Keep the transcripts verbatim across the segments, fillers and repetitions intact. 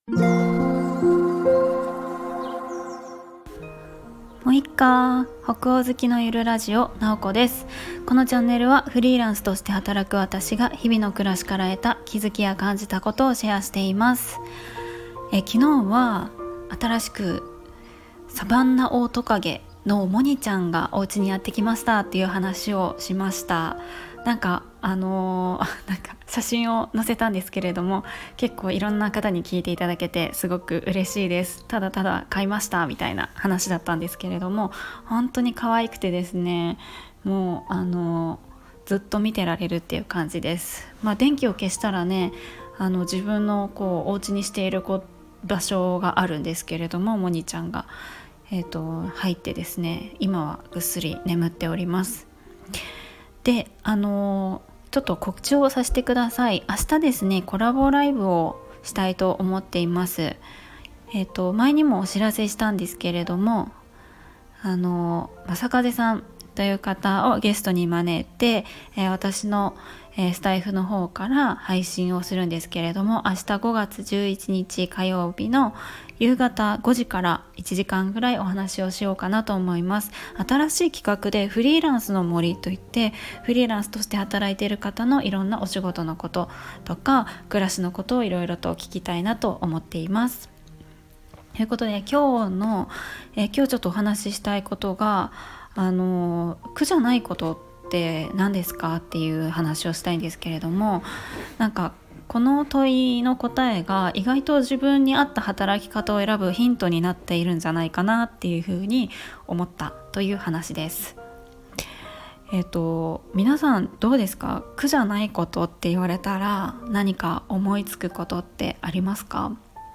もういっか北欧好きのゆるラジオなおこです。このチャンネルはフリーランスとして働く私が日々の暮らしから得た気づきや感じたことをシェアしています。え昨日は新しくサバンナオオトカゲのモニちゃんがお家にやってきましたっていう話をしました。なんかあのー、なんか写真を載せたんですけれども、結構いろんな方に聞いていただけてすごく嬉しいです。ただただ買いましたみたいな話だったんですけれども、本当に可愛くてですね、もうあのー、ずっと見てられるっていう感じです。まあ、電気を消したらね、あの自分のこうお家にしているこう場所があるんですけれども、モニちゃんが、えーと、入ってですね、今はぐっすり眠っております。で、あのー、ちょっと告知をさせてください。明日ですね、コラボライブをしたいと思っています。えっと前にもお知らせしたんですけれども、あのー、正風さんという方をゲストに招いて、えー、私の、えー、スタイフの方から配信をするんですけれども、明日ごがつじゅういちにち火曜日の夕方ごじからいちじかんぐらいお話をしようかなと思います。新しい企画でフリーランスの森といって、フリーランスとして働いている方のいろんなお仕事のこととか暮らしのことをいろいろと聞きたいなと思っています。ということで今日の、えー、今日ちょっとお話ししたいことが、あの苦じゃないことって何ですかっていう話をしたいんですけれども、なんかこの問いの答えが意外と自分に合った働き方を選ぶヒントになっているんじゃないかなっていうふうに思ったという話です。えっと皆さんどうですか？苦じゃないことって言われたら何か思いつくことってありますか？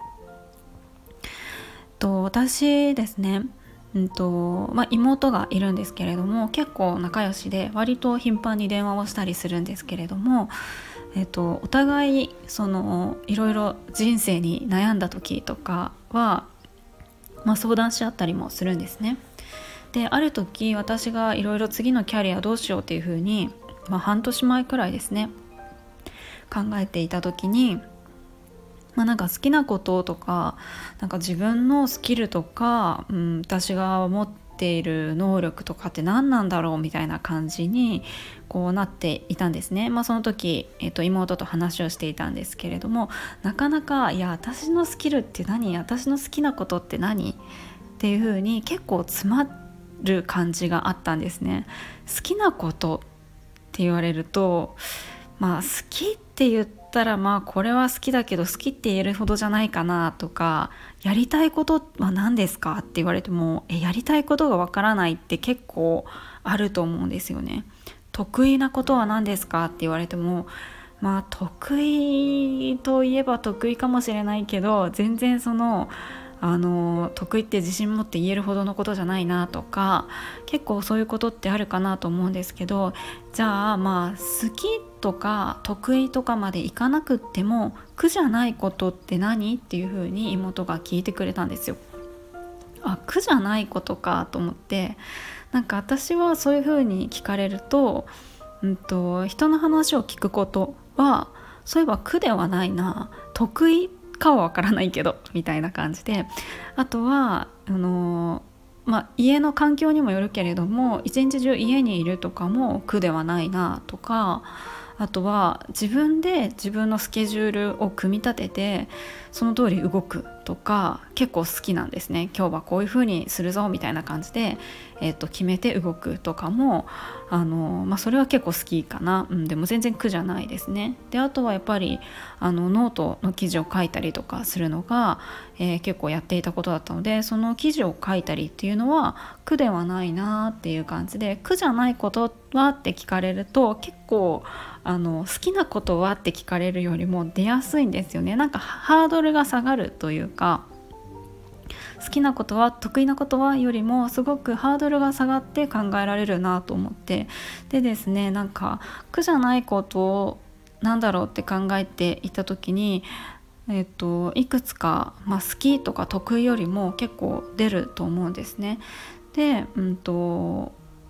と私ですね、うんとまあ、妹がいるんですけれども、結構仲良しで割と頻繁に電話をしたりするんですけれども、えっと、お互いそのいろいろ人生に悩んだ時とかは、まあ、相談し合ったりもするんですね。である時私がいろいろ次のキャリアどうしようっていうふうに、まあ、半年前くらいですね考えていた時に、まあ、なんか好きなこととか、なんか自分のスキルとか、うん、私が持っている能力とかって何なんだろうみたいな感じにこうなっていたんですね。まあ、その時、えっと、妹と話をしていたんですけれども、なかなかいや私のスキルって何、私の好きなことって何っていう風に結構詰まる感じがあったんですね。好きなことって言われると、まあ好きって言ったらまあこれは好きだけど好きって言えるほどじゃないかなとか、やりたいことは何ですかって言われてもえやりたいことがわからないって結構あると思うんですよね。得意なことは何ですかって言われても、まあ得意といえば得意かもしれないけど、全然そのあの得意って自信持って言えるほどのことじゃないなとか、結構そういうことってあるかなと思うんですけど、じゃあまあ好きとか得意とかまでいかなくっても苦じゃないことって何っていう風に妹が聞いてくれたんですよ。あ、苦じゃないことかと思って、なんか私はそういう風に聞かれると、うんと、人の話を聞くことはそういえば苦ではないな、得意かはわからないけどみたいな感じで、あとはあのまあ、家の環境にもよるけれども一日中家にいるとかも苦ではないなとか、あとは自分で自分のスケジュールを組み立ててその通り動くとか結構好きなんですね。今日はこういう風にするぞみたいな感じで、えー、と決めて動くとかもあの、まあ、それは結構好きかな、うん、でも全然苦じゃないですね。であとはやっぱりあのノートの記事を書いたりとかするのが、えー、結構やっていたことだったので、その記事を書いたりっていうのは苦ではないなっていう感じで、苦じゃないことはって聞かれると結構あの好きなことはって聞かれるよりも出やすいんですよね。なんかハードルが下がるというか、好きなことは得意なことはよりもすごくハードルが下がって考えられるなと思って、でですね、なんか苦じゃないことをなんだろうって考えていた時に、えっと、いくつか、まあ、好きとか得意よりも結構出ると思うんですね。で、うんと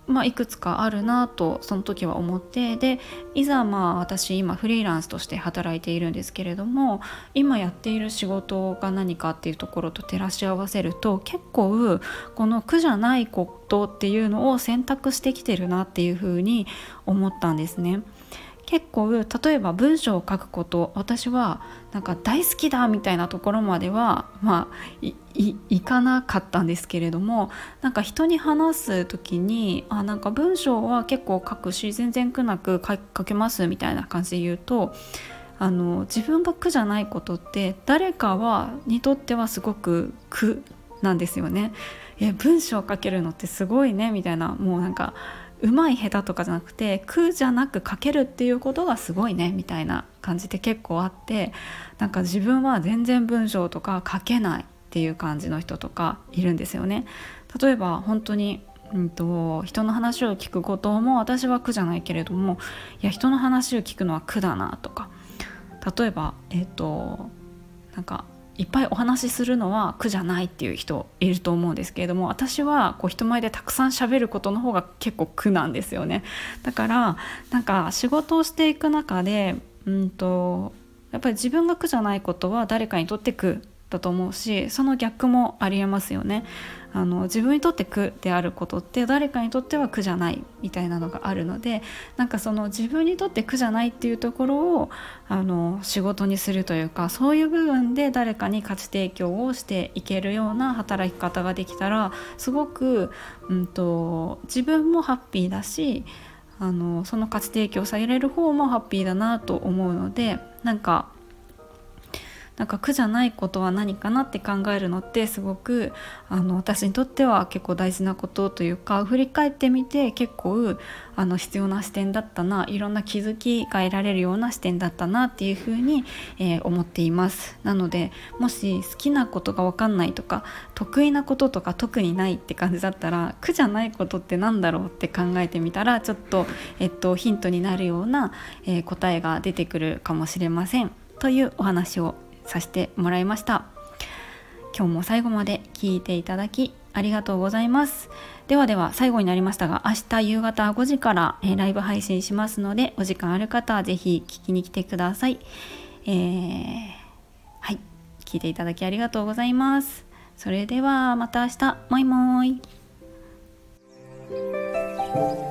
まあ、いくつかあるなとその時は思って、でいざまあ私今フリーランスとして働いているんですけれども、今やっている仕事が何かっていうところと照らし合わせると、結構この苦じゃないことっていうのを選択してきてるなっていうふうに思ったんですね。結構例えば文章を書くこと、私はなんか大好きだみたいなところまではまあ い, い, いかなかったんですけれども、なんか人に話す時にあなんか文章は結構書くし全然苦なく書書けますみたいな感じで言うと、あの自分が苦じゃないことって誰かはにとってはすごく苦なんですよね。え文章を書けるのってすごいねみたいな、もうなんか上手い下手とかじゃなくて苦じゃなく書けるっていうことがすごいねみたいな感じで結構あって、なんか自分は全然文章とか書けないっていう感じの人とかいるんですよね。例えば本当にうんと人の話を聞くことも私は苦じゃないけれども、いや人の話を聞くのは苦だなとか、例えばえっとなんかいっぱいお話しするのは苦じゃないっていう人いると思うんですけれども、私はこう人前でたくさん喋ることの方が結構苦なんですよね。だからなんか仕事をしていく中でうんとやっぱり自分が苦じゃないことは誰かにとって苦だと思うし、その逆もありえますよね。あの自分にとって苦であることって誰かにとっては苦じゃないみたいなのがあるので、なんかその自分にとって苦じゃないっていうところをあの仕事にするというか、そういう部分で誰かに価値提供をしていけるような働き方ができたらすごく、うんと、自分もハッピーだし、あのその価値提供される方もハッピーだなと思うので、なんかなんか苦じゃないことは何かなって考えるのってすごくあの私にとっては結構大事なことというか、振り返ってみて結構あの必要な視点だったな、いろんな気づきが得られるような視点だったなっていうふうに、えー思っています。なのでもし好きなことが分かんないとか得意なこととか特にないって感じだったら、苦じゃないことってなんだろうって考えてみたらちょっと、えっと、ヒントになるような、えー答えが出てくるかもしれませんというお話をさせてもらいました。今日も最後まで聞いていただきありがとうございます。ではでは最後になりましたが、明日夕方ごじから、えー、ライブ配信しますので、お時間ある方はぜひ聞きに来てください。えー、はい、聞いていただきありがとうございます。それではまた明日、もいもーい。